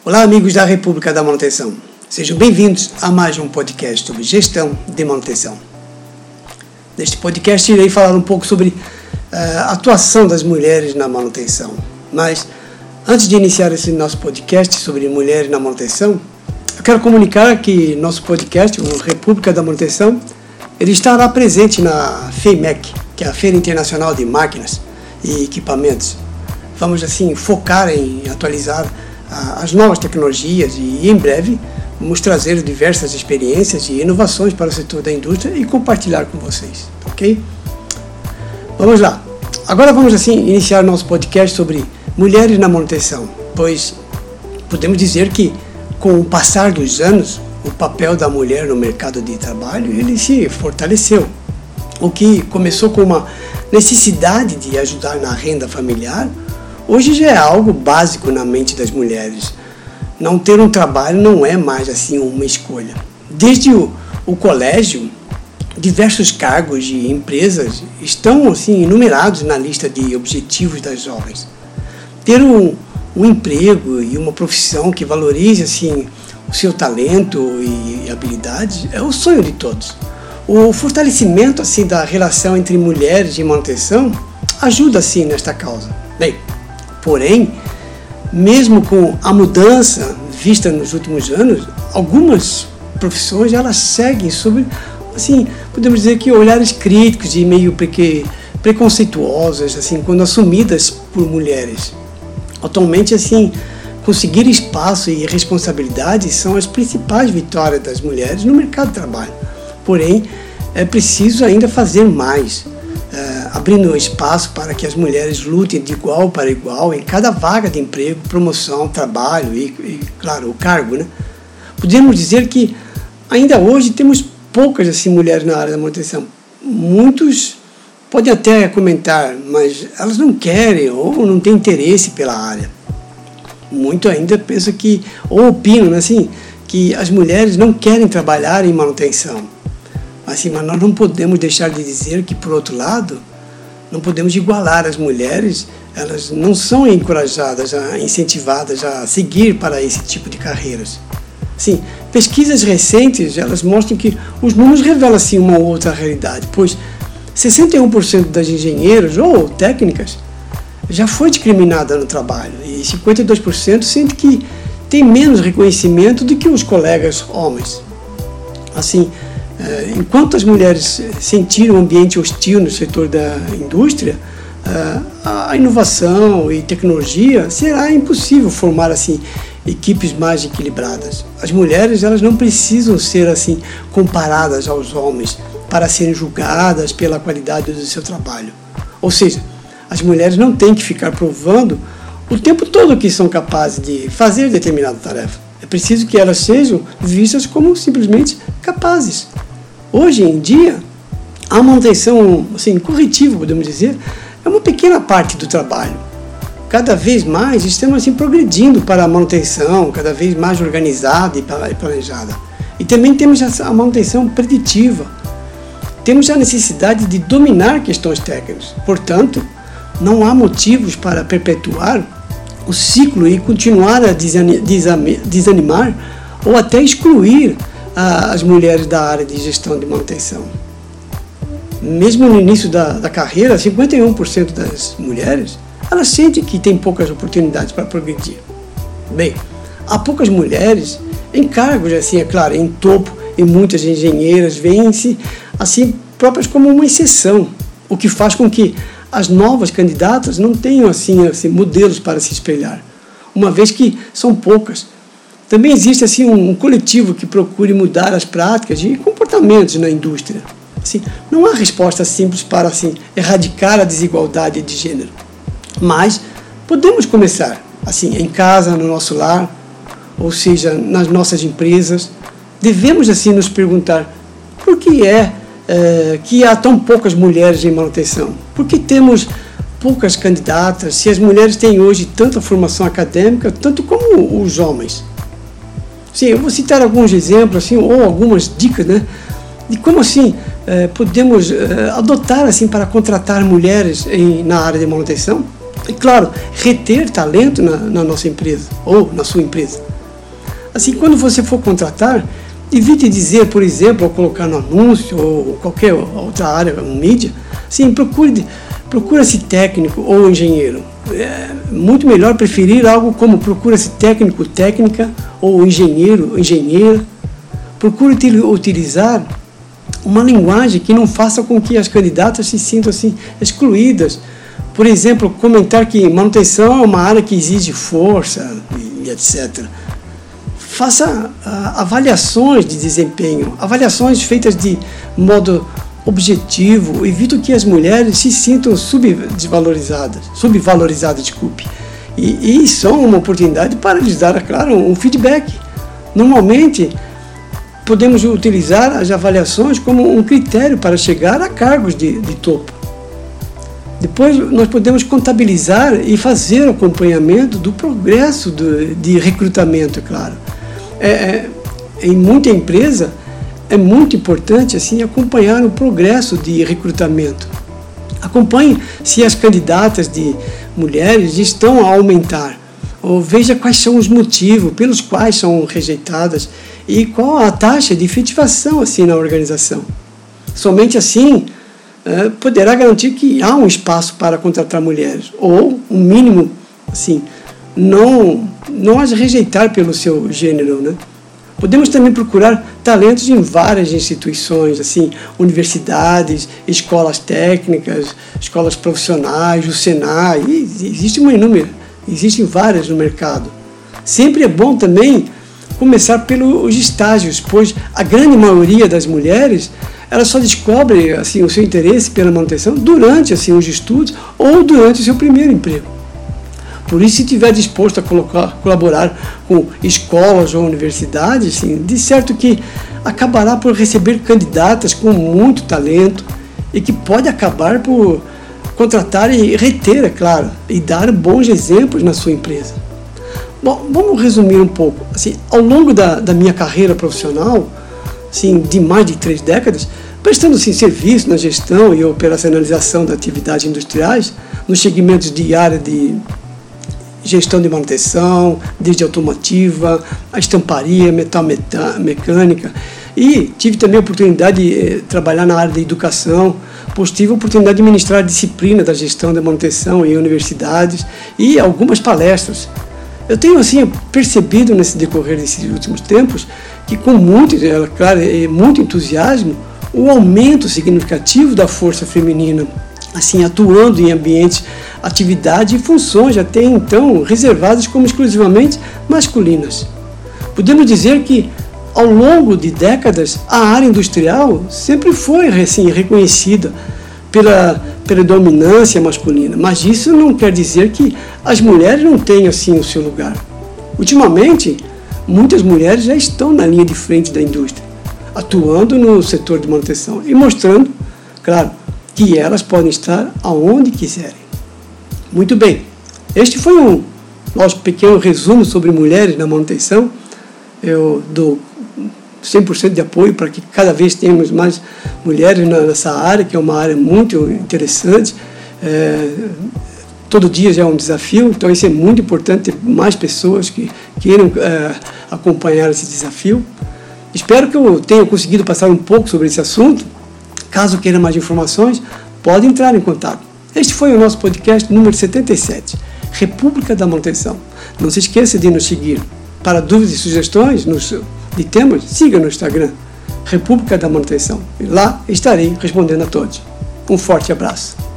Olá, amigos da República da Manutenção. Sejam bem-vindos a mais um podcast sobre gestão de manutenção. Neste podcast irei falar um pouco sobre a atuação das mulheres na manutenção. Mas, antes de iniciar esse nosso podcast sobre mulheres na manutenção, eu quero comunicar que nosso podcast, o República da Manutenção, ele estará presente na FEIMEC, que é a Feira Internacional de Máquinas e Equipamentos. Vamos, assim, focar em atualizar as novas tecnologias e, em breve, vamos trazer diversas experiências e inovações para o setor da indústria e compartilhar com vocês, ok? Vamos lá. Agora vamos, assim, iniciar nosso podcast sobre mulheres na manutenção, pois podemos dizer que, com o passar dos anos, o papel da mulher no mercado de trabalho, ele se fortaleceu. O que começou com uma necessidade de ajudar na renda familiar, hoje já é algo básico na mente das mulheres. Não ter um trabalho não é mais assim uma escolha. Desde o colégio, diversos cargos de empresas estão assim enumerados na lista de objetivos das jovens. Ter um emprego e uma profissão que valorize assim o seu talento e habilidades é o sonho de todos. O fortalecimento assim da relação entre mulheres e manutenção ajuda assim nesta causa. Bem, porém, mesmo com a mudança vista nos últimos anos, algumas profissões elas seguem sobre, assim, podemos dizer que olhares críticos e meio preconceituosos, assim, quando assumidas por mulheres. Atualmente, assim, conseguir espaço e responsabilidade são as principais vitórias das mulheres no mercado de trabalho. Porém, é preciso ainda fazer mais, abrindo espaço para que as mulheres lutem de igual para igual em cada vaga de emprego, promoção, trabalho e claro, o cargo, né? Podemos dizer que ainda hoje temos poucas assim, mulheres na área da manutenção. Muitos podem até comentar, mas elas não querem ou não têm interesse pela área. Muito ainda pensam que, ou opinam assim, que as mulheres não querem trabalhar em manutenção. Assim, mas nós não podemos deixar de dizer que, por outro lado, não podemos igualar as mulheres, elas não são encorajadas, incentivadas a seguir para esse tipo de carreiras. Sim, pesquisas recentes, elas mostram que os números revelam assim, uma outra realidade, pois 61% das engenheiras ou técnicas já foi discriminada no trabalho e 52% sente que tem menos reconhecimento do que os colegas homens. Assim, enquanto as mulheres sentiram um ambiente hostil no setor da indústria, a inovação e tecnologia será impossível formar assim equipes mais equilibradas. As mulheres elas não precisam ser assim comparadas aos homens para serem julgadas pela qualidade do seu trabalho. Ou seja, as mulheres não têm que ficar provando o tempo todo que são capazes de fazer determinada tarefa. É preciso que elas sejam vistas como simplesmente capazes. Hoje em dia, a manutenção assim, corretiva, podemos dizer, é uma pequena parte do trabalho. Cada vez mais estamos assim, progredindo para a manutenção, cada vez mais organizada e planejada. E também temos a manutenção preditiva. Temos a necessidade de dominar questões técnicas. Portanto, não há motivos para perpetuar o ciclo e continuar a desanimar ou até excluir as mulheres da área de gestão de manutenção. Mesmo no início da carreira, 51% das mulheres elas sentem que tem poucas oportunidades para progredir. Bem, há poucas mulheres em cargos, assim, é claro, em topo, e muitas engenheiras veem-se assim próprias como uma exceção, o que faz com que as novas candidatas não tenham assim modelos para se espelhar, uma vez que são poucas. Também existe assim, um coletivo que procure mudar as práticas e comportamentos na indústria. Assim, não há resposta simples para assim, erradicar a desigualdade de gênero, mas podemos começar assim, em casa, no nosso lar, ou seja, nas nossas empresas. Devemos assim, nos perguntar por que que há tão poucas mulheres em manutenção? Por que temos poucas candidatas se as mulheres têm hoje tanta formação acadêmica, tanto como os homens? Sim, eu vou citar alguns exemplos assim, ou algumas dicas, né, de como assim podemos adotar assim, para contratar mulheres na área de manutenção. E claro, reter talento na nossa empresa ou na sua empresa. Assim, quando você for contratar, evite dizer, por exemplo, ou colocar no anúncio ou qualquer outra área, mídia, sim, procura-se técnico ou engenheiro. É muito melhor preferir algo como procura-se técnico, técnica ou engenheiro, engenheira. Procure utilizar uma linguagem que não faça com que as candidatas se sintam assim excluídas. Por exemplo, comentar que manutenção é uma área que exige força e etc. Faça avaliações de desempenho, avaliações feitas de modo objetivo, evite que as mulheres se sintam subvalorizadas, e são uma oportunidade para lhes dar, claro, um feedback. Normalmente, podemos utilizar as avaliações como um critério para chegar a cargos de topo. Depois, nós podemos contabilizar e fazer o acompanhamento do progresso de recrutamento, é claro. Em muita empresa, é muito importante assim, acompanhar o progresso de recrutamento. Acompanhe se as candidatas de mulheres estão a aumentar, ou veja quais são os motivos pelos quais são rejeitadas e qual a taxa de efetivação assim, na organização. Somente assim poderá garantir que há um espaço para contratar mulheres, ou um mínimo, assim, não as rejeitar pelo seu gênero, né? Podemos também procurar talentos em várias instituições, assim, universidades, escolas técnicas, escolas profissionais, o Senai, existem várias no mercado. Sempre é bom também começar pelos estágios, pois a grande maioria das mulheres ela só descobre assim, o seu interesse pela manutenção durante assim, os estudos ou durante o seu primeiro emprego. Por isso, se estiver disposto a colaborar com escolas ou universidades, assim, de certo que acabará por receber candidatas com muito talento e que pode acabar por contratar e reter, é claro, e dar bons exemplos na sua empresa. Bom, vamos resumir um pouco. Assim, ao longo da minha carreira profissional, assim, de mais de 3 décadas, prestando assim, serviço na gestão e operacionalização de atividades industriais, nos segmentos de área de gestão de manutenção, desde automotiva, a estamparia, metal mecânica, e tive também a oportunidade de trabalhar na área da educação, pois tive a oportunidade de ministrar a disciplina da gestão da manutenção em universidades e algumas palestras. Eu tenho assim percebido nesse decorrer desses últimos tempos que com muito entusiasmo o aumento significativo da força feminina, assim atuando em ambientes, atividades e funções até então reservadas como exclusivamente masculinas. Podemos dizer que ao longo de décadas a área industrial sempre foi assim reconhecida pela predominância masculina, mas isso não quer dizer que as mulheres não tenham assim o seu lugar. Ultimamente, muitas mulheres já estão na linha de frente da indústria, atuando no setor de manutenção e mostrando, claro, que elas podem estar aonde quiserem. Muito bem, este foi um nosso pequeno resumo sobre mulheres na manutenção. Eu dou 100% de apoio para que cada vez tenhamos mais mulheres nessa área, que é uma área muito interessante. Todo dia já é um desafio, então isso é muito importante ter mais pessoas que queiram acompanhar esse desafio. Espero que eu tenha conseguido passar um pouco sobre esse assunto. Caso queira mais informações, pode entrar em contato. Este foi o nosso podcast número 77, República da Manutenção. Não se esqueça de nos seguir. Para dúvidas e sugestões de temas, siga no Instagram, República da Manutenção. Lá estarei respondendo a todos. Um forte abraço.